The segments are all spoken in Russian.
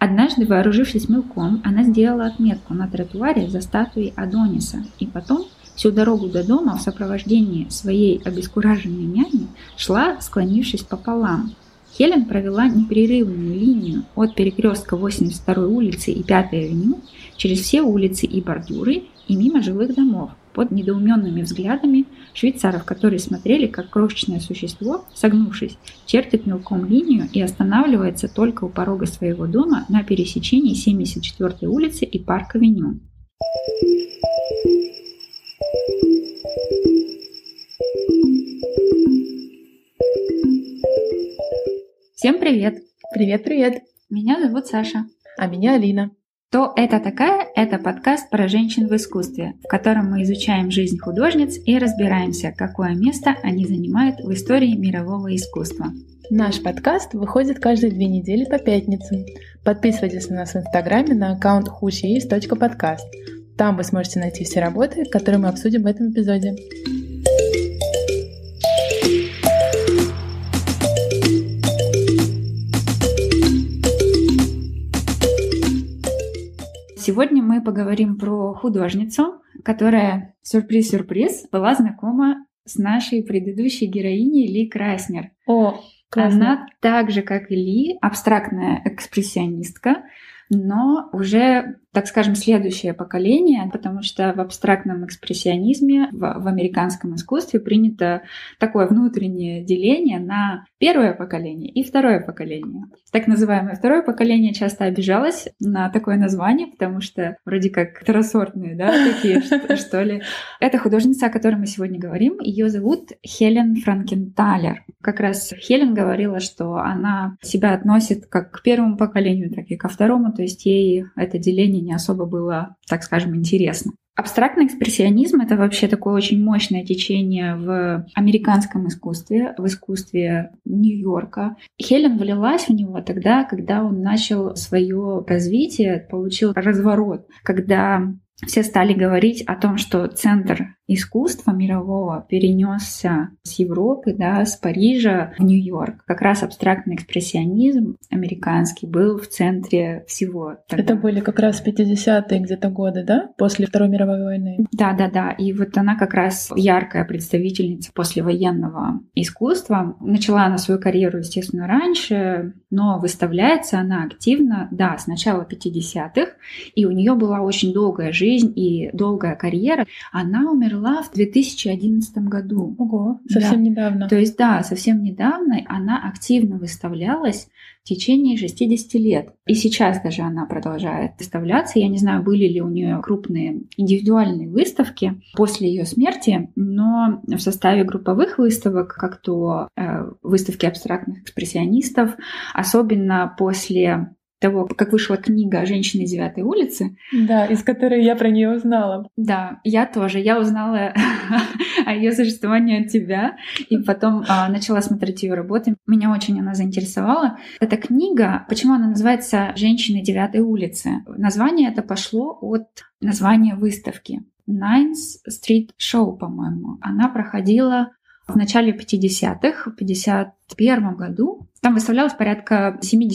Однажды, вооружившись мелком, она сделала отметку на тротуаре за статуей Адониса, и потом всю дорогу до дома в сопровождении своей обескураженной няни шла, склонившись пополам. Хелен провела непрерывную линию от перекрестка 82-й улицы и 5-й авеню через все улицы и бордюры и мимо жилых домов под недоуменными взглядами швейцаров, которые смотрели, как крошечное существо, согнувшись, чертит мелком линию и останавливается только у порога своего дома на пересечении 74-й улицы и Парк-авеню. Всем привет! Привет-привет! Меня зовут Саша. А меня Алина. «Кто это такая?» – это подкаст про женщин в искусстве, в котором мы изучаем жизнь художниц и разбираемся, какое место они занимают в истории мирового искусства. Наш подкаст выходит каждые 2 недели по пятницам. Подписывайтесь на нас в Инстаграме на аккаунт whosheis.podcast. Там вы сможете найти все работы, которые мы обсудим в этом эпизоде. Сегодня мы поговорим про художницу, которая, сюрприз-сюрприз, была знакома с нашей предыдущей героиней Ли Краснер. О, классно. Она так же, как и Ли, абстрактная экспрессионистка, но уже, так скажем, следующее поколение, потому что в абстрактном экспрессионизме, в американском искусстве принято такое внутреннее деление на первое поколение и второе поколение. Так называемое второе поколение часто обижалось на такое название, потому что вроде как второсортные, да, такие, что ли. Это художница, о которой мы сегодня говорим. Ее зовут Хелен Франкенталер. Как раз Хелен говорила, что она себя относит как к первому поколению, так и ко второму, то есть ей это деление не особо было, так скажем, интересно. Абстрактный экспрессионизм — это вообще такое очень мощное течение в американском искусстве, в искусстве Нью-Йорка. Хелен влилась в него тогда, когда он начал свое развитие, получил разворот, когда все стали говорить о том, что центр искусства мирового перенесся с Европы, да, с Парижа в Нью-Йорк. Как раз абстрактный экспрессионизм американский был в центре всего. Тогда. Это были как раз 50-е где-то годы, да? После Второй мировой войны. Да. И вот она как раз яркая представительница послевоенного искусства. Начала она свою карьеру, естественно, раньше, но выставляется она активно, да, с начала 50-х, и у нее была очень долгая жизнь и долгая карьера. Она умерла в 2011 году. Ого, совсем недавно. То есть, да, совсем недавно она активно выставлялась в течение 60 лет. И сейчас даже она продолжает выставляться. Я не знаю, были ли у нее крупные индивидуальные выставки после ее смерти, но в составе групповых выставок, как то выставки абстрактных экспрессионистов, особенно после того, как вышла книга «Женщины из 9-й улицы». Да, из которой я про нее узнала. Да, я тоже. Я узнала о ее существовании от тебя, и потом начала смотреть ее работы. Меня очень она заинтересовала. Эта книга, почему она называется «Женщины 9-й улицы»? Название это пошло от названия выставки. Ninth Street Show, по-моему. Она проходила в начале 50-х, в 51 году. Там выставлялось порядка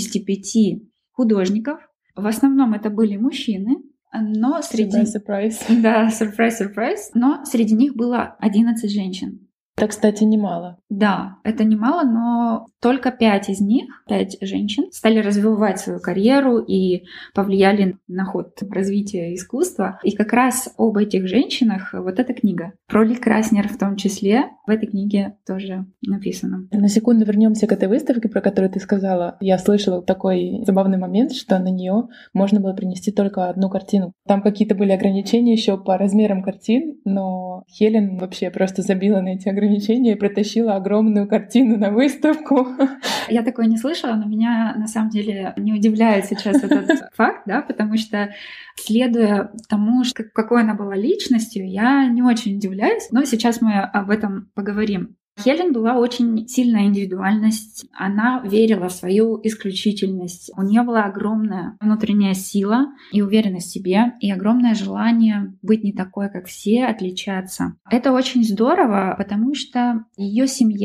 75 художников. В основном это были мужчины, но среди... Surprise. Да, surprise. Но среди них было 11 женщин. Это, кстати, немало. Да, это немало, но только 5 из них, 5 женщин, стали развивать свою карьеру и повлияли на ход развития искусства. И как раз об этих женщинах вот эта книга. Про Ли Краснер в том числе в этой книге тоже написано. На секунду вернемся к этой выставке, про которую ты сказала. Я слышала такой забавный момент, что на нее можно было принести только одну картину. Там какие-то были ограничения еще по размерам картин, но Хелен вообще просто забила на эти ограничения и притащила огромную картину на выставку. Я такое не слышала, но меня на самом деле не удивляет сейчас этот факт, да, потому что, следуя тому, какой она была личностью, я не очень удивляюсь, но сейчас мы об этом поговорим. Хелен была очень сильная индивидуальность, она верила в свою исключительность, у нее была огромная внутренняя сила и уверенность в себе, и огромное желание быть не такой, как все, отличаться. Это очень здорово, потому что ее семья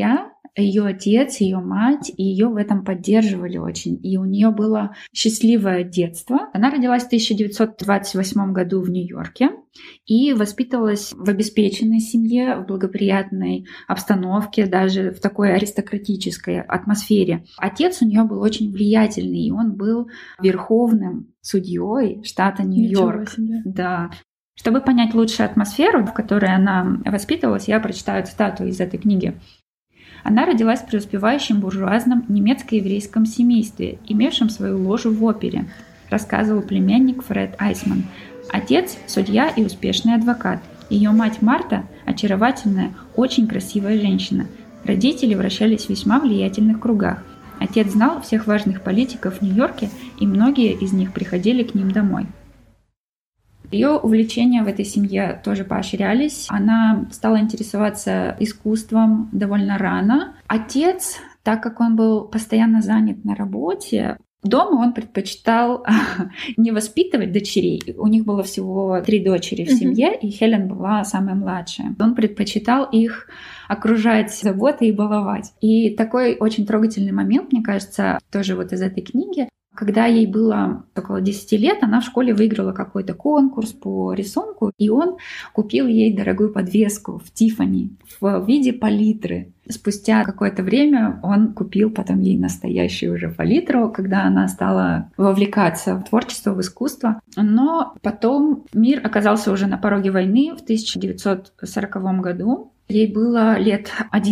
ее отец, ее мать ее в этом поддерживали очень. И у нее было счастливое детство. Она родилась в 1928 году в Нью-Йорке и воспитывалась в обеспеченной семье, в благоприятной обстановке, даже в такой аристократической атмосфере. Отец у нее был очень влиятельный, и он был верховным судьей штата Нью-Йорк. Да. Чтобы понять лучше атмосферу, в которой она воспитывалась, я прочитаю цитату из этой книги. Она родилась в преуспевающем буржуазном немецко-еврейском семействе, имевшем свою ложу в опере, рассказывал племянник Фред Айсман. Отец – судья и успешный адвокат. Ее мать Марта – очаровательная, очень красивая женщина. Родители вращались в весьма влиятельных кругах. Отец знал всех важных политиков в Нью-Йорке, и многие из них приходили к ним домой. Ее увлечения в этой семье тоже поощрялись. Она стала интересоваться искусством довольно рано. Отец, так как он был постоянно занят на работе, дома он предпочитал не воспитывать дочерей. У них было всего 3 дочери в семье, и Хелен была самая младшая. Он предпочитал их окружать заботой и баловать. И такой очень трогательный момент, мне кажется, тоже вот из этой книги. Когда ей было около 10 лет, она в школе выиграла какой-то конкурс по рисунку, и он купил ей дорогую подвеску в Тиффани в виде палитры. Спустя какое-то время он купил потом ей настоящую уже палитру, когда она стала вовлекаться в творчество, в искусство. Но потом мир оказался уже на пороге войны в 1940 году. Ей было лет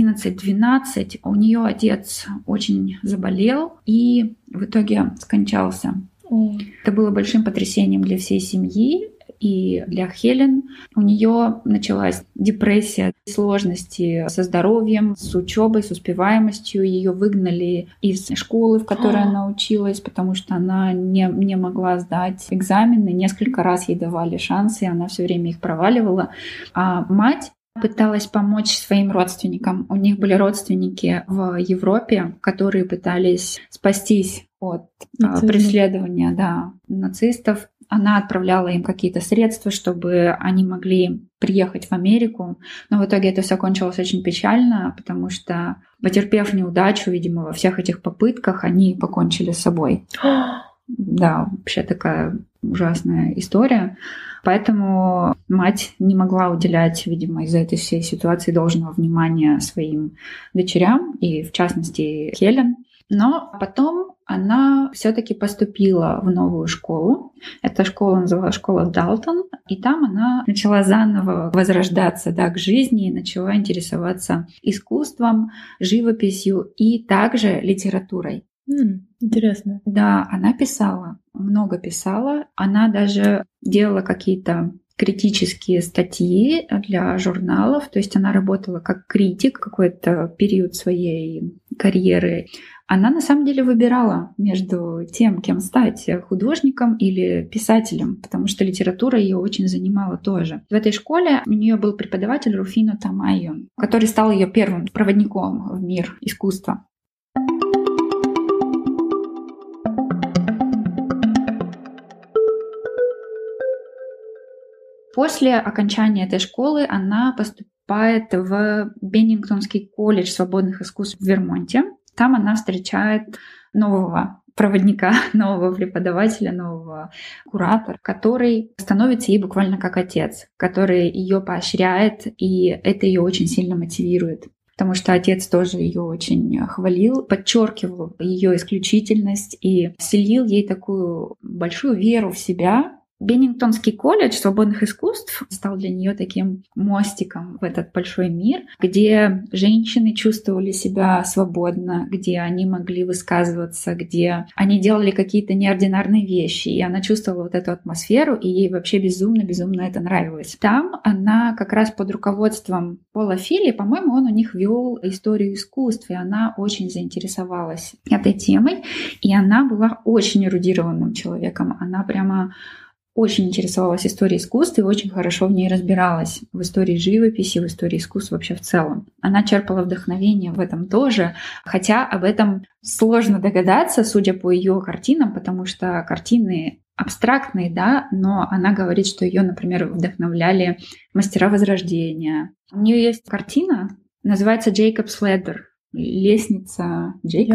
11-12, у нее отец очень заболел и в итоге скончался. Это было большим потрясением для всей семьи и для Хелен. У нее началась депрессия, сложности со здоровьем, с учебой, с успеваемостью. Ее выгнали из школы, в которой она училась, потому что она не могла сдать экзамены. Несколько раз ей давали шансы, и она все время их проваливала. А мать пыталась помочь своим родственникам. У них были родственники в Европе, которые пытались спастись от преследования нацистов. Она отправляла им какие-то средства, чтобы они могли приехать в Америку. Но в итоге это все кончилось очень печально, потому что, потерпев неудачу, видимо, во всех этих попытках, они покончили с собой. Да, вообще такая ужасная история. Поэтому мать не могла уделять, видимо, из-за этой всей ситуации должного внимания своим дочерям, и в частности Хелен. Но потом она все-таки поступила в новую школу. Эта школа называлась школа Далтон. И там она начала заново возрождаться к жизни и начала интересоваться искусством, живописью и также литературой. Интересно. Да, она писала, много писала. Она даже делала какие-то критические статьи для журналов. То есть она работала как критик какой-то период своей карьеры. Она на самом деле выбирала между тем, кем стать, художником или писателем, потому что литература ее очень занимала тоже. В этой школе у нее был преподаватель Руфино Тамайо, который стал ее первым проводником в мир искусства. После окончания этой школы она поступает в Беннингтонский колледж свободных искусств в Вермонте. Там она встречает нового проводника, нового преподавателя, нового куратора, который становится ей буквально как отец, который ее поощряет, и это ее очень сильно мотивирует. Потому что отец тоже ее очень хвалил, подчеркивал ее исключительность и вселил ей такую большую веру в себя. Беннингтонский колледж свободных искусств стал для нее таким мостиком в этот большой мир, где женщины чувствовали себя свободно, где они могли высказываться, где они делали какие-то неординарные вещи. И она чувствовала вот эту атмосферу, и ей вообще безумно это нравилось. Там она как раз под руководством Пола Филли, по-моему, он у них вел историю искусств, и она очень заинтересовалась этой темой. И она была очень эрудированным человеком. Она прямо очень интересовалась историей искусства и очень хорошо в ней разбиралась, в истории живописи, в истории искусства вообще в целом. Она черпала вдохновение в этом тоже, хотя об этом сложно догадаться, судя по ее картинам, потому что картины абстрактные, да, но она говорит, что ее, например, вдохновляли мастера Возрождения. У нее есть картина, называется «Jacob's Ladder». лестница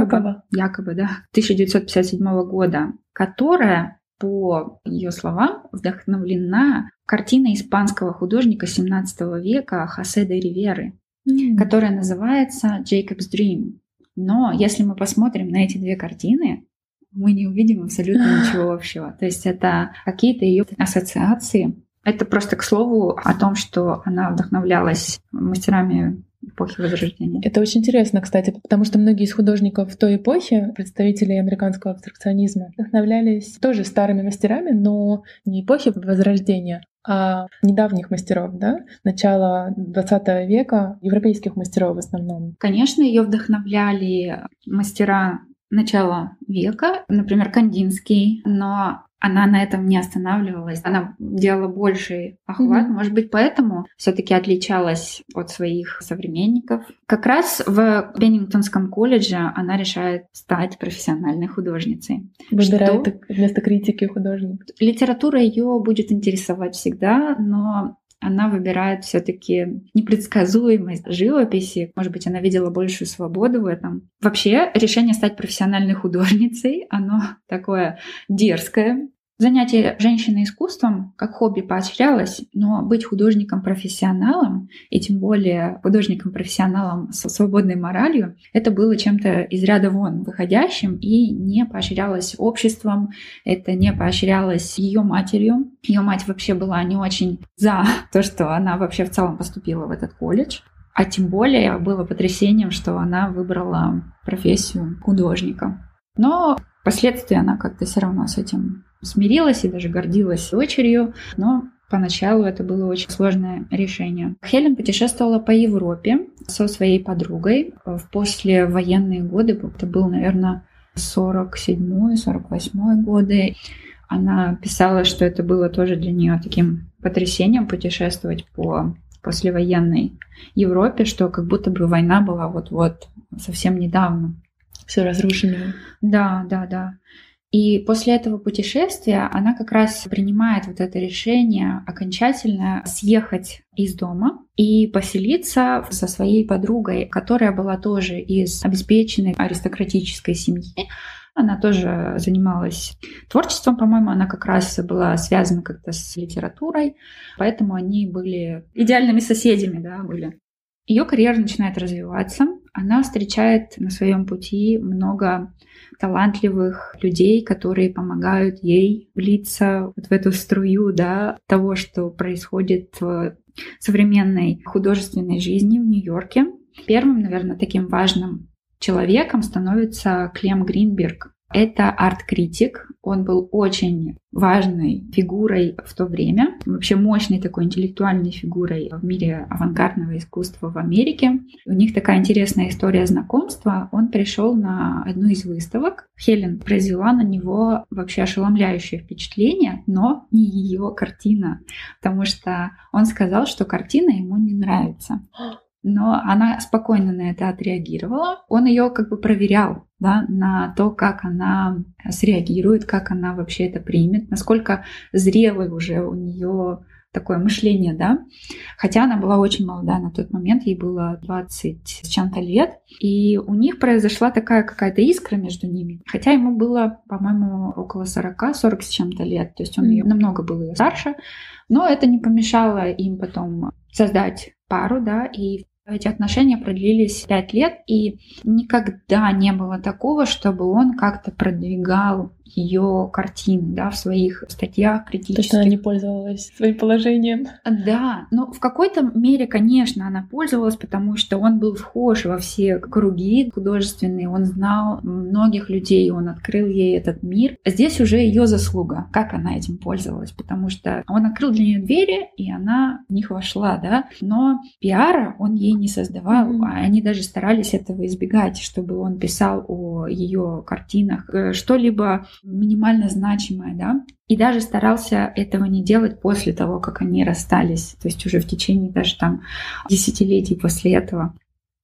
Якоба, да, 1957 года, которая, по ее словам, вдохновлена картиной испанского художника XVII века Хосе де Риверы, которая называется «Jacob's Dream». Но если мы посмотрим на эти две картины, мы не увидим абсолютно ничего общего. То есть это какие-то ее ассоциации. Это просто к слову о том, что она вдохновлялась мастерами эпохи Возрождения. Это очень интересно, кстати, потому что многие из художников той эпохи, представителей американского абстракционизма, вдохновлялись тоже старыми мастерами, но не эпохи Возрождения, а недавних мастеров, да, начала 20 века, европейских мастеров в основном. Конечно, ее вдохновляли мастера начала века, например, Кандинский, но она на этом не останавливалась. Она делала больший охват. Может быть, поэтому все-таки отличалась от своих современников. Как раз в Беннингтонском колледже она решает стать профессиональной художницей. Выбирает вместо критики художник. Литература ее будет интересовать всегда, но она выбирает все-таки непредсказуемость живописи. Может быть, она видела большую свободу в этом. Вообще, решение стать профессиональной художницей, оно такое дерзкое. Занятие женщины искусством как хобби поощрялось, но быть художником-профессионалом, и тем более художником-профессионалом со свободной моралью, это было чем-то из ряда вон выходящим и не поощрялось обществом, это не поощрялось ее матерью. Ее мать вообще была не очень за то, что она вообще в целом поступила в этот колледж. А тем более было потрясением, что она выбрала профессию художника. Но впоследствии она как-то все равно с этим смирилась и даже гордилась дочерью, но поначалу это было очень сложное решение. Хелен путешествовала по Европе со своей подругой в послевоенные годы, это был, наверное, 47-48 годы. Она писала, что это было тоже для нее таким потрясением путешествовать по послевоенной Европе, что как будто бы война была вот-вот совсем недавно. Все разрушено. Да. И после этого путешествия она как раз принимает вот это решение окончательно съехать из дома и поселиться со своей подругой, которая была тоже из обеспеченной аристократической семьи. Она тоже занималась творчеством, по-моему, она как раз была связана как-то с литературой, поэтому они были идеальными соседями, да, были. Ее карьера начинает развиваться, она встречает на своем пути много талантливых людей, которые помогают ей влиться вот в эту струю, да, того, что происходит в современной художественной жизни в Нью-Йорке. Первым, наверное, таким важным человеком становится Клем Гринберг. Это арт-критик. Он был очень важной фигурой в то время, вообще мощной такой интеллектуальной фигурой в мире авангардного искусства в Америке. У них такая интересная история знакомства. Он пришел на одну из выставок. Хелен произвела на него вообще ошеломляющее впечатление, но не ее картина, потому что он сказал, что картина ему не нравится. Но она спокойно на это отреагировала. Он ее как бы проверял, да, на то, как она среагирует, как она вообще это примет, насколько зрелое уже у нее такое мышление, да. Хотя она была очень молода на тот момент, ей было 20 с чем-то лет, и у них произошла такая какая-то искра между ними. Хотя ему было, по-моему, около 40 с чем-то лет, то есть он ее намного был ее старше, но это не помешало им потом создать пару, да, и эти отношения продлились 5 лет, и никогда не было такого, чтобы он как-то продвигал ее картины, да, в своих статьях критических. То, что она не пользовалась своим положением. Да, но в какой-то мере, конечно, она пользовалась, потому что он был вхож во все круги художественные, он знал многих людей, он открыл ей этот мир. Здесь уже ее заслуга, как она этим пользовалась, потому что он открыл для нее двери, и она в них вошла, да, но пиара он ей не создавал, они даже старались этого избегать, чтобы он писал о ее картинах что-либо минимально значимое, да, и даже старался этого не делать после того, как они расстались, то есть уже в течение даже там десятилетий после этого.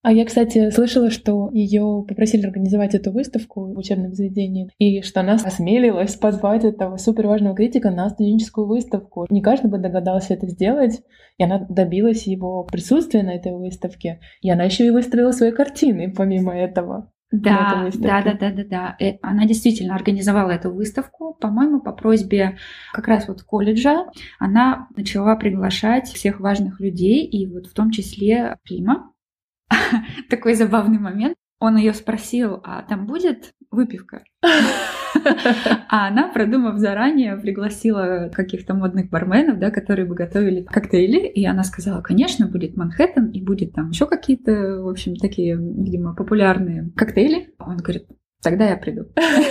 А я, кстати, слышала, что ее попросили организовать эту выставку в учебном заведении, и что она осмелилась позвать этого суперважного критика на студенческую выставку. Не каждый бы догадался это сделать, и она добилась его присутствия на этой выставке. И она еще и выставила свои картины, помимо этого. Да. Она действительно организовала эту выставку, по-моему, по просьбе как раз вот колледжа. Она начала приглашать всех важных людей, и вот в том числе Клима. Такой забавный момент. Он ее спросил, а там будет выпивка? А она, продумав заранее, пригласила каких-то модных барменов, да, которые бы готовили коктейли. И она сказала, конечно, будет Манхэттен, и будет там еще какие-то, в общем, такие, видимо, популярные коктейли. Он говорит, тогда я приду.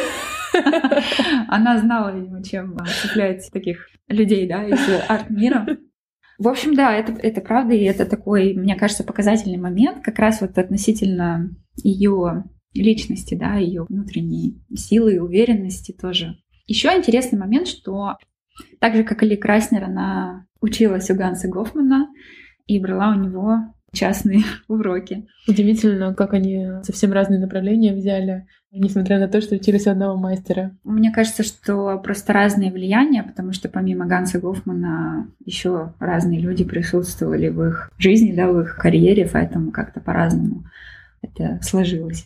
Она знала, видимо, чем цеплять таких людей, да, из арт-мира. В общем, да, это правда, и это такой, мне кажется, показательный момент как раз вот относительно ее личности, да, ее внутренней силы и уверенности тоже. Еще интересный момент, что так же, как и Ли Краснер, она училась у Ганса Гофмана и брала у него частные уроки. Удивительно, как они совсем разные направления взяли, несмотря на то, что учились у одного мастера. Мне кажется, что просто разные влияния, потому что помимо Ганса Гофмана еще разные люди присутствовали в их жизни, да, в их карьере, поэтому как-то по-разному это сложилось.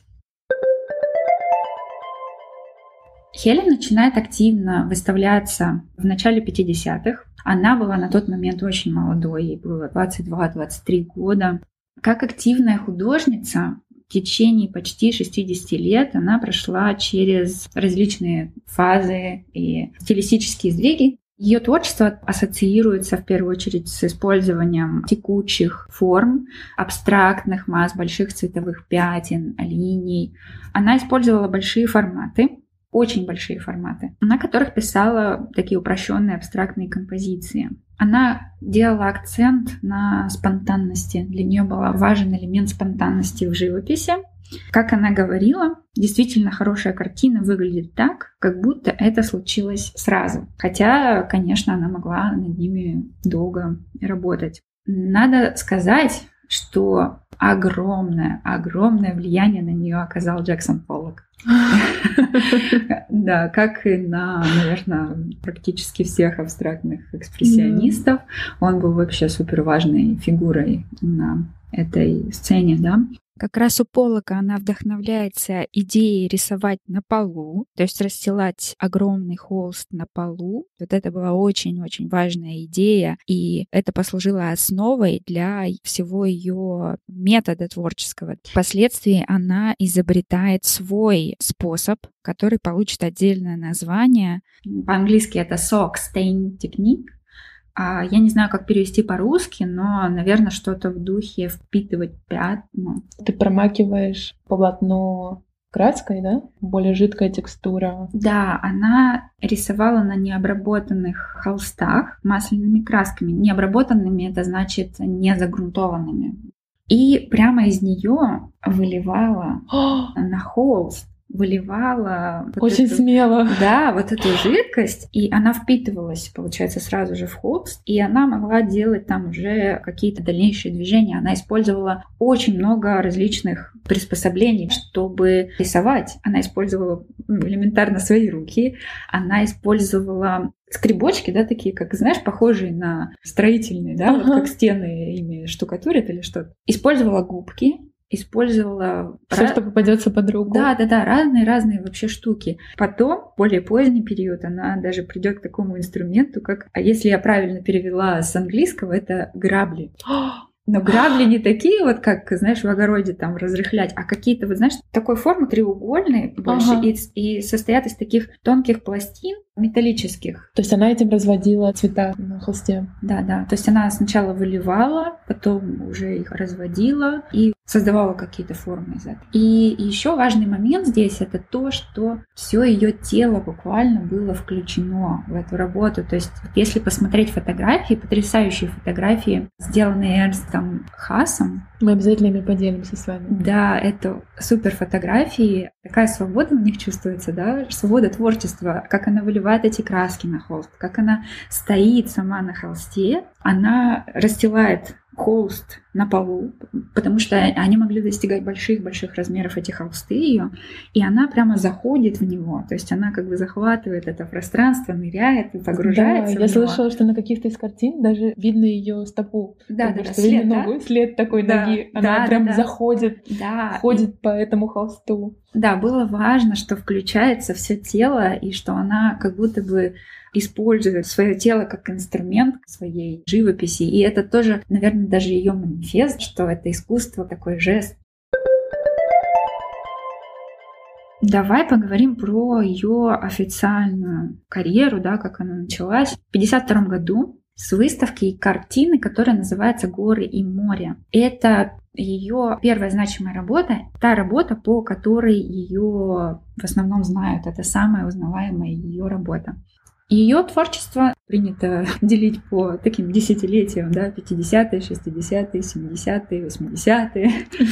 Хелен начинает активно выставляться в начале 50-х. Она была на тот момент очень молодой, ей было 22-23 года. Как активная художница в течение почти 60 лет она прошла через различные фазы и стилистические сдвиги. Ее творчество ассоциируется в первую очередь с использованием текучих форм, абстрактных масс, больших цветовых пятен, линий. Она использовала большие форматы, очень большие форматы, на которых писала такие упрощенные абстрактные композиции. Она делала акцент на спонтанности. Для нее был важен элемент спонтанности в живописи. Как она говорила, действительно хорошая картина выглядит так, как будто это случилось сразу. Хотя, конечно, она могла над ними долго работать. Надо сказать, что огромное влияние на нее оказал Джексон Поллок. Да, как и на, наверное, практически всех абстрактных экспрессионистов. Он был вообще супер важной фигурой на этой сцене, да. Как раз у Поллока она вдохновляется идеей рисовать на полу, то есть расстилать огромный холст на полу. Вот это была очень-очень важная идея, и это послужило основой для всего ее метода творческого. Впоследствии она изобретает свой способ, который получит отдельное название. По-английски это sock stain technique. Я не знаю, как перевести по-русски, но, наверное, что-то в духе впитывать пятна. Ты промакиваешь полотно краской, да? Более жидкая текстура. Да, она рисовала на необработанных холстах масляными красками. Необработанными — это значит не загрунтованными. И прямо из нее выливала на холст. Выливала... Очень смело. Да, вот эту жидкость, и она впитывалась, получается, сразу же в холст, и она могла делать там уже какие-то дальнейшие движения. Она использовала очень много различных приспособлений, чтобы рисовать. Она использовала элементарно свои руки, она использовала скребочки, да, такие, как, знаешь, похожие на строительные, да, вот как стены ими штукатурят или что-то. Использовала губки, использовала... Все, что попадется под руку. Да, разные вообще штуки. Потом, в более поздний период, она даже придет к такому инструменту, как, если я правильно перевела с английского, это грабли. Но грабли не такие вот, как, знаешь, в огороде там разрыхлять, а какие-то, вот знаешь, такой формы треугольные больше и состоят из таких тонких пластин металлических. То есть она этим разводила цвета на холсте. Да. То есть она сначала выливала, потом уже их разводила и создавала какие-то формы из этого. И еще важный момент здесь — это то, что все ее тело буквально было включено в эту работу. То есть если посмотреть фотографии, потрясающие фотографии, сделанные Эрнстом Хасом. Мы обязательно ими поделимся с вами. Да, это супер фотографии. Такая свобода в них чувствуется, да, свобода творчества, как она выливает эти краски на холст, как она стоит сама на холсте, она расстилает холст на полу, потому что они могли достигать больших-больших размеров, эти холсты ее, и она прямо заходит в него, то есть она как бы захватывает это пространство, ныряет и погружается в я него. слышала, что на каких-то из картин даже видно ее стопу. Да, что след, видно ногу, след такой ноги. Она прям заходит, ходит по этому холсту. Да, было важно, что включается все тело, и что она как будто бы использует свое тело как инструмент своей живописи. И это тоже, наверное, даже ее манифест, что это искусство, такой жест. Давай поговорим про ее официальную карьеру, да, как она началась. В 1952 году с выставки картины, которая называется «Горы и море». Это ее первая значимая работа, та работа, по которой ее в основном знают. Это самая узнаваемая ее работа. Ее творчество принято делить по таким десятилетиям, да, 50-е, 60-е, 70-е, 80-е.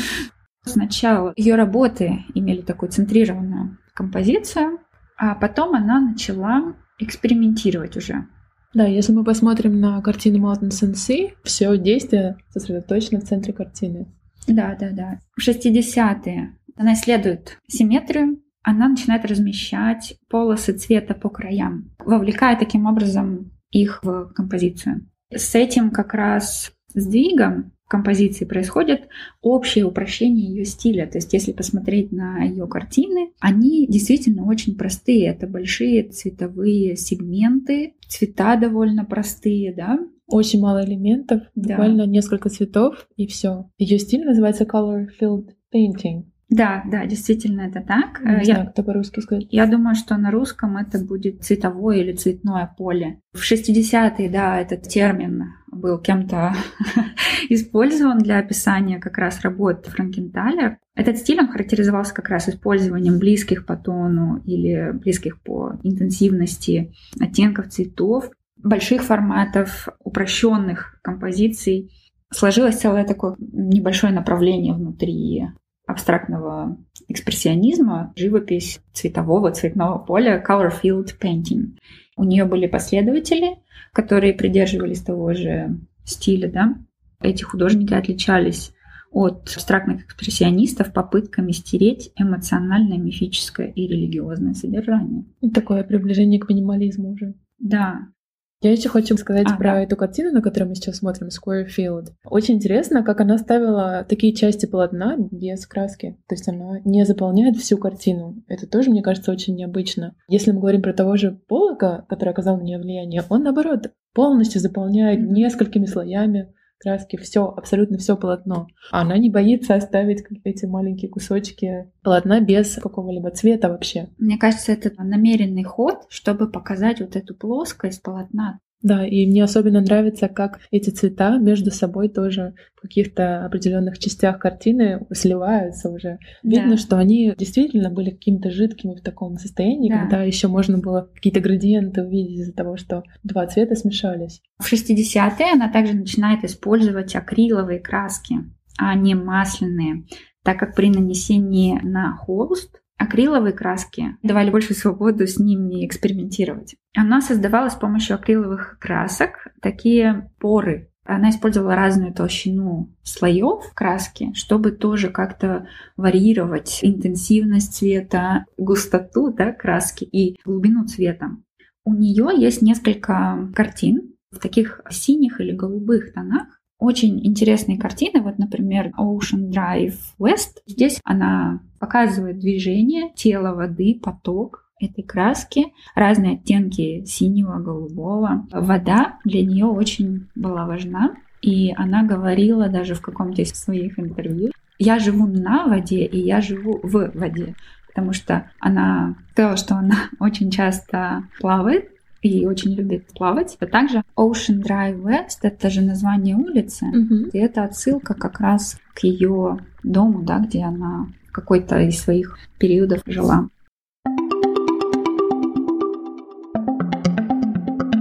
Сначала ее работы имели такую центрированную композицию, а потом она начала экспериментировать уже. Да, если мы посмотрим на картину Mountains and Sea, все действие сосредоточено в центре картины. Да. В 60-е она исследует симметрию, она начинает размещать полосы цвета по краям, вовлекая таким образом их в композицию. С этим как раз сдвигом композиции происходит общее упрощение ее стиля. То есть, если посмотреть на ее картины, они действительно очень простые. Это большие цветовые сегменты, цвета довольно простые, да. Очень мало элементов, буквально несколько цветов, и все. Ее стиль называется color-filled painting. Да, действительно это так. Не знаю, кто по-русски сказать. Я думаю, что на русском это будет цветовое или цветное поле. В 60-е, этот термин был кем-то использован для описания как раз работ Франкенталя. Этот стиль, он характеризовался как раз использованием близких по тону или близких по интенсивности оттенков цветов, больших форматов, упрощенных композиций. Сложилось целое такое небольшое направление внутри абстрактного экспрессионизма, живопись цветного поля, color-filled painting. У нее были последователи, которые придерживались того же стиля, да. Эти художники отличались от абстрактных экспрессионистов попытками стереть эмоциональное, мифическое и религиозное содержание. Такое приближение к минимализму уже. Да. Я еще хочу сказать про эту картину, на которую мы сейчас смотрим, Square Field. Очень интересно, как она ставила такие части полотна без краски. То есть она не заполняет всю картину. Это тоже, мне кажется, очень необычно. Если мы говорим про того же Поллока, который оказал на нее влияние, он, наоборот, полностью заполняет несколькими слоями краски абсолютно все полотно. А она не боится оставить эти маленькие кусочки полотна без какого-либо цвета вообще. Мне кажется, это намеренный ход, чтобы показать вот эту плоскость полотна. Да, и мне особенно нравится, как эти цвета между собой тоже в каких-то определенных частях картины сливаются уже. Видно, что они действительно были какими-то жидкими в таком состоянии, когда еще можно было какие-то градиенты увидеть из-за того, что два цвета смешались. В 60-е она также начинает использовать акриловые краски, а не масляные, так как при нанесении на холст акриловые краски давали большую свободу с ними экспериментировать. Она создавала с помощью акриловых красок такие поры. Она использовала разную толщину слоев краски, чтобы тоже как-то варьировать интенсивность цвета, густоту краски и глубину цвета. У нее есть несколько картин в таких синих или голубых тонах. Очень интересные картины, вот, например, Ocean Drive West. Здесь она показывает движение тела воды, поток этой краски, разные оттенки синего, голубого. Вода для нее очень была важна, и она говорила даже в каком-то из своих интервью: «Я живу на воде, и я живу в воде», потому что она сказала, что она очень часто плавает, и очень любит плавать. А также Ocean Drive West — это же название улицы, и это отсылка как раз к ее дому, где она в какой-то из своих периодов жила.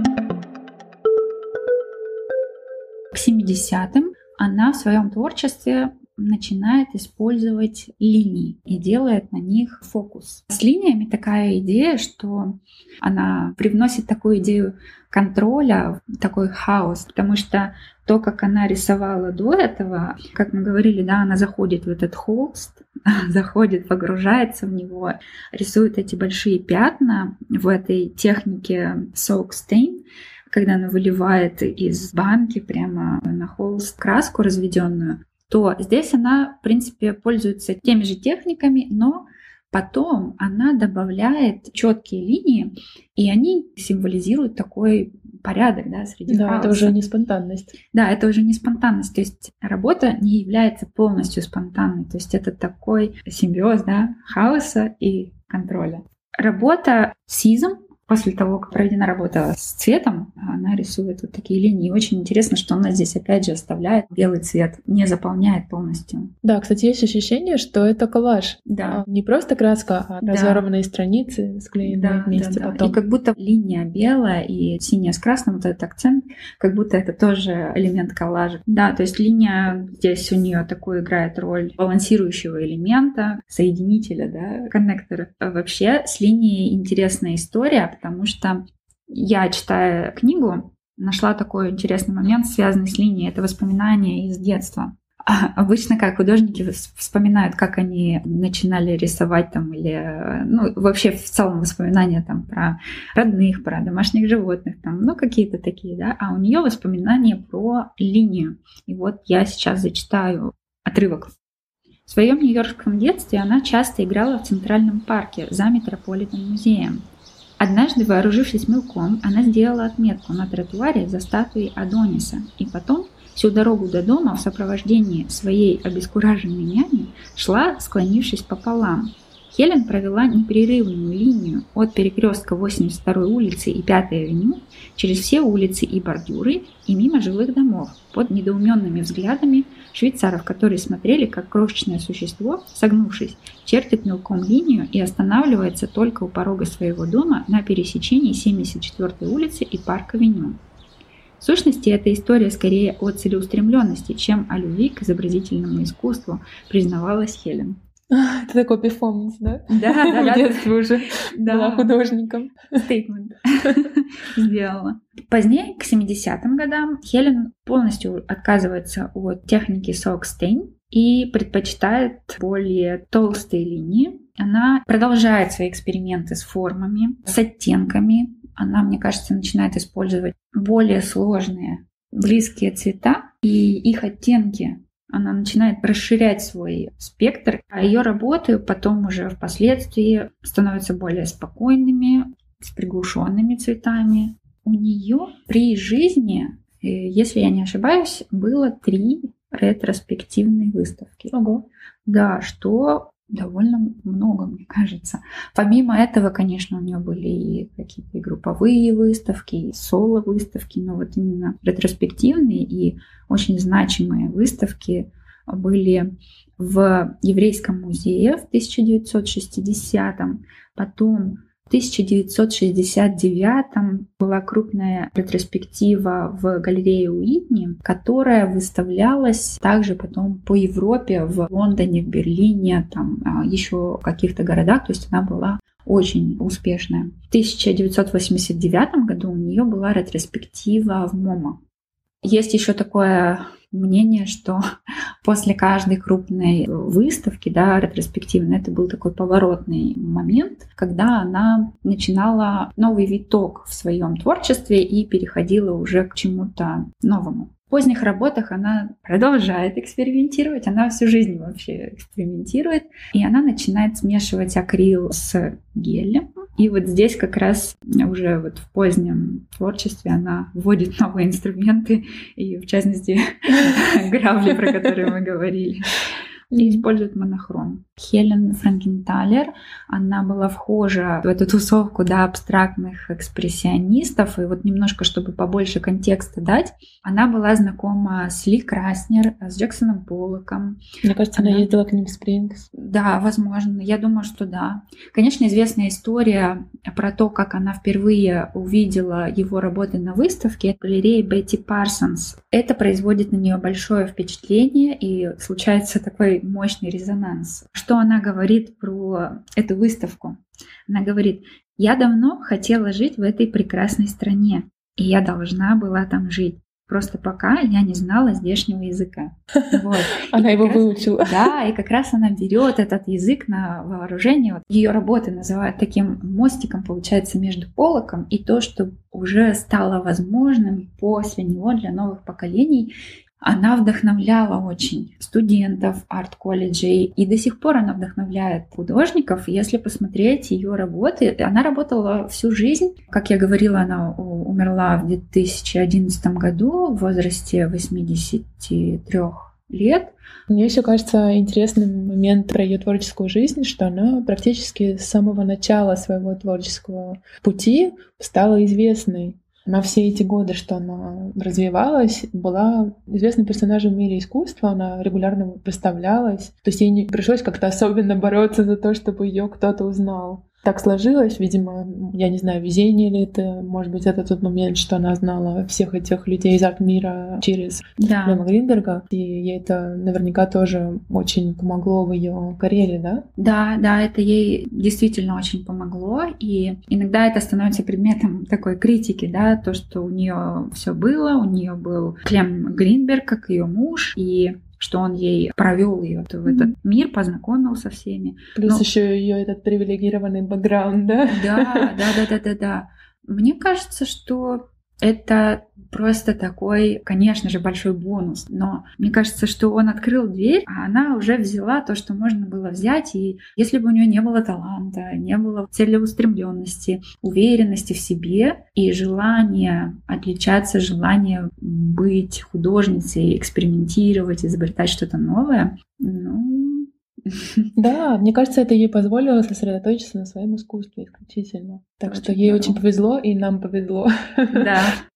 К 70-м она в своем творчестве начинает использовать линии и делает на них фокус. С линиями такая идея, что она привносит такую идею контроля, такой хаос, потому что то, как она рисовала до этого, как мы говорили, да, она заходит в этот холст, заходит, погружается в него, рисует эти большие пятна в этой технике soak stain, когда она выливает из банки прямо на холст краску разведенную, то здесь она, в принципе, пользуется теми же техниками, но потом она добавляет четкие линии, и они символизируют такой порядок, да, среди хаоса. Это уже не спонтанность. Да, это уже не спонтанность. То есть работа не является полностью спонтанной. То есть это такой симбиоз, да, хаоса и контроля. Работа сизом, после того, как проведена работа с цветом, она рисует вот такие линии. И очень интересно, что она здесь опять же оставляет белый цвет, не заполняет полностью. Да, кстати, есть ощущение, что это коллаж. Да. Не просто краска, а разорванные страницы, склеенные вместе потом. И как будто линия белая и синяя с красным, вот этот акцент, как будто это тоже элемент коллажа. Да, то есть линия здесь у нее такую играет роль балансирующего элемента, соединителя, да, коннектора. Вообще с линией интересная история, потому что я, читая книгу, нашла такой интересный момент, связанный с линией. Это воспоминания из детства. Обычно как художники вспоминают, как они начинали рисовать там, или, ну, вообще в целом воспоминания там про родных, про домашних животных, там, ну, какие-то такие, да. А у нее воспоминания про линию. И вот я сейчас зачитаю отрывок. В своем нью-йоркском детстве она часто играла в Центральном парке за Метрополитен-музеем. Однажды, вооружившись мелком, она сделала отметку на тротуаре за статуей Адониса, и потом всю дорогу до дома в сопровождении своей обескураженной няни шла, склонившись пополам. Хелен провела непрерывную линию от перекрестка 82-й улицы и 5-й авеню через все улицы и бордюры и мимо жилых домов под недоуменными взглядами швейцаров, которые смотрели, как крошечное существо, согнувшись, чертит мелком линию и останавливается только у порога своего дома на пересечении 74-й улицы и Парк-авеню. В сущности, эта история скорее о целеустремленности, чем о любви к изобразительному искусству, признавалась Хелен. Это такой перформанс, да? Да. В детстве уже была художником. Стейтмент сделала. Позднее, к 70-м годам, Хелен полностью отказывается от техники soak stain и предпочитает более толстые линии. Она продолжает свои эксперименты с формами, с оттенками. Она, мне кажется, начинает использовать более сложные, близкие цвета и их оттенки. Она начинает расширять свой спектр, а ее работы потом уже впоследствии становятся более спокойными, с приглушенными цветами. У нее при жизни, если я не ошибаюсь, было 3 ретроспективные выставки. Ого. Да, что довольно много, мне кажется. Помимо этого, конечно, у нее были и какие-то групповые выставки, и соло-выставки, но вот именно ретроспективные и очень значимые выставки были в Еврейском музее в 1960-м, потом в 1969 была крупная ретроспектива в галерее Уитни, которая выставлялась также потом по Европе, в Лондоне, в Берлине, там еще в каких-то городах, то есть она была очень успешная. В 1989 году у нее была ретроспектива в МоМА. Есть еще такое мнение, что после каждой крупной выставки, да, ретроспективной, это был такой поворотный момент, когда она начинала новый виток в своем творчестве и переходила уже к чему-то новому. В поздних работах она продолжает экспериментировать, она всю жизнь вообще экспериментирует, и она начинает смешивать акрил с гелем. И вот здесь как раз уже вот в позднем творчестве она вводит новые инструменты, и в частности грабли, про которые мы говорили. и используют монохром. Хелен Франкенталер, она была вхожа в эту тусовку, да, абстрактных экспрессионистов. И вот немножко, чтобы побольше контекста дать, она была знакома с Ли Краснер, с Джексоном Поллоком. Мне кажется, она ездила к ним в Спрингс. Да, возможно. Я думаю, что да. Конечно, известная история про то, как она впервые увидела его работы на выставке в галерее Бетти Парсонс. Это производит на нее большое впечатление, и случается такой мощный резонанс. Что она говорит про эту выставку? Она говорит: «Я давно хотела жить в этой прекрасной стране, и я должна была там жить. Просто пока я не знала здешнего языка». Вот. Она его выучила. Да, и как раз она берет этот язык на вооружение. Вот ее работы называют таким мостиком, получается, между Поллоком и то, что уже стало возможным после него для новых поколений. Она вдохновляла очень студентов арт-колледжей, и до сих пор она вдохновляет художников. Если посмотреть ее работы, она работала всю жизнь. Как я говорила, она умерла в 2011 году в возрасте 83 лет. Мне еще кажется интересным момент про ее творческую жизнь, что она практически с самого начала своего творческого пути стала известной. На все эти годы, что она развивалась, была известным персонажем в мире искусства, она регулярно выставлялась. То есть ей не пришлось как-то особенно бороться за то, чтобы ее кто-то узнал. Так сложилось, видимо, я не знаю, везение ли это, может быть, это тот момент, что она знала всех этих людей из арт-мира через Лема Гринберга, и ей это наверняка тоже очень помогло в ее карьере, да? Да, это ей действительно очень помогло, и иногда это становится предметом такой критики, да, то, что у нее все было, у нее был Клем Гринберг, как ее муж, и что он ей провел ее в этот мир, познакомил со всеми. Плюс еще ее этот привилегированный бэкграунд, да? Да. Мне кажется, что это просто такой, конечно же, большой бонус. Но мне кажется, что он открыл дверь, а она уже взяла то, что можно было взять. И если бы у нее не было таланта, не было целеустремленности, уверенности в себе и желания отличаться, желания быть художницей, экспериментировать, изобретать что-то новое, Да, мне кажется, это ей позволило сосредоточиться на своем искусстве исключительно. Так что ей очень повезло, и нам повезло. Да.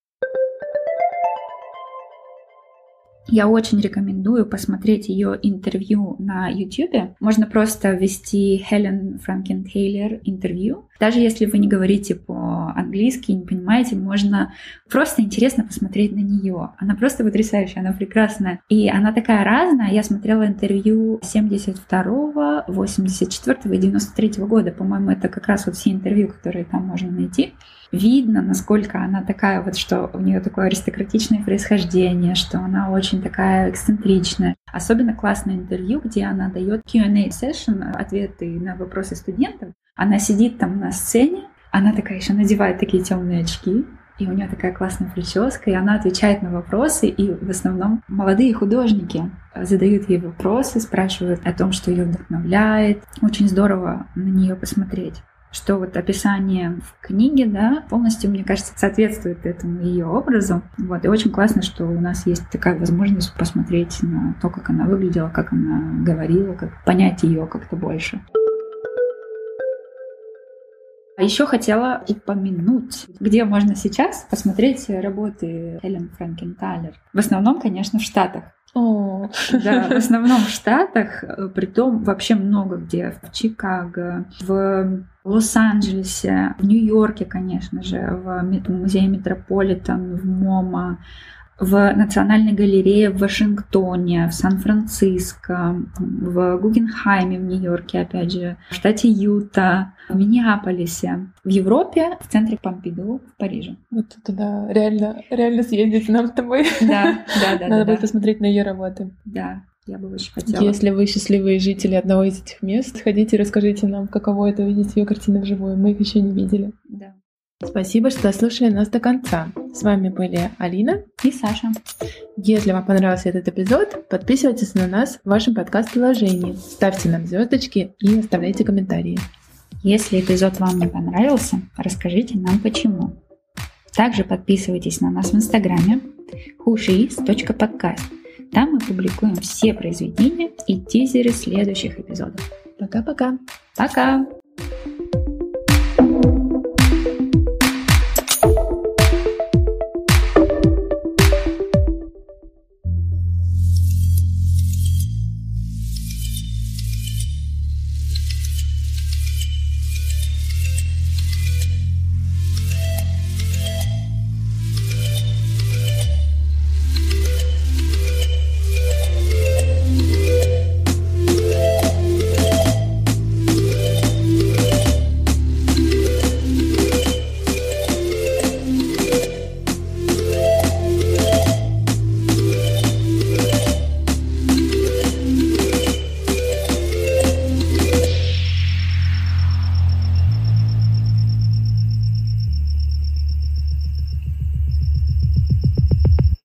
Я очень рекомендую посмотреть ее интервью на YouTube. Можно просто ввести Хелен Франкенталер интервью. Даже если вы не говорите по-английски, не понимаете, можно просто интересно посмотреть на нее. Она просто потрясающая, она прекрасная. И она такая разная. Я смотрела интервью 72-го, 84-го и 93-го года. По-моему, это как раз вот все интервью, которые там можно найти. Видно, насколько она такая вот, что у нее такое аристократичное происхождение, что она очень такая эксцентричная. Особенно классное интервью, где она дает Q&A session, ответы на вопросы студентов. Она сидит там на сцене, она такая еще надевает такие темные очки, и у нее такая классная прическа, и она отвечает на вопросы, и в основном молодые художники задают ей вопросы, спрашивают о том, что ее вдохновляет. Очень здорово на нее посмотреть. Что вот описание в книге, да, полностью, мне кажется, соответствует этому ее образу. Вот. И очень классно, что у нас есть такая возможность посмотреть на то, как она выглядела, как она говорила, как понять ее как-то больше. А еще хотела упомянуть, где можно сейчас посмотреть работы Хелен Франкенталер. В основном, конечно, в Штатах. Да, в основном в Штатах, притом вообще много где. В Чикаго, в Лос-Анджелесе, в Нью-Йорке, конечно же, в музее Метрополитен, в МоМА, в Национальной галерее в Вашингтоне, в Сан-Франциско, в Гугенхайме в Нью-Йорке, опять же, в штате Юта, в Миннеаполисе, в Европе, в центре Помпиду, в Париже. Вот туда реально съездить нам с тобой. Да. Надо будет посмотреть на ее работы. Да, я бы очень хотела. Если вы счастливые жители одного из этих мест, сходите и расскажите нам, каково это видеть ее картины вживую. Мы их еще не видели. Да. Спасибо, что дослушали нас до конца. С вами были Алина и Саша. Если вам понравился этот эпизод, подписывайтесь на нас в вашем подкаст-приложении, ставьте нам звездочки и оставляйте комментарии. Если эпизод вам не понравился, расскажите нам почему. Также подписывайтесь на нас в Инстаграме whosheis.podcast. Там мы публикуем все произведения и тизеры следующих эпизодов. Пока-пока. Пока!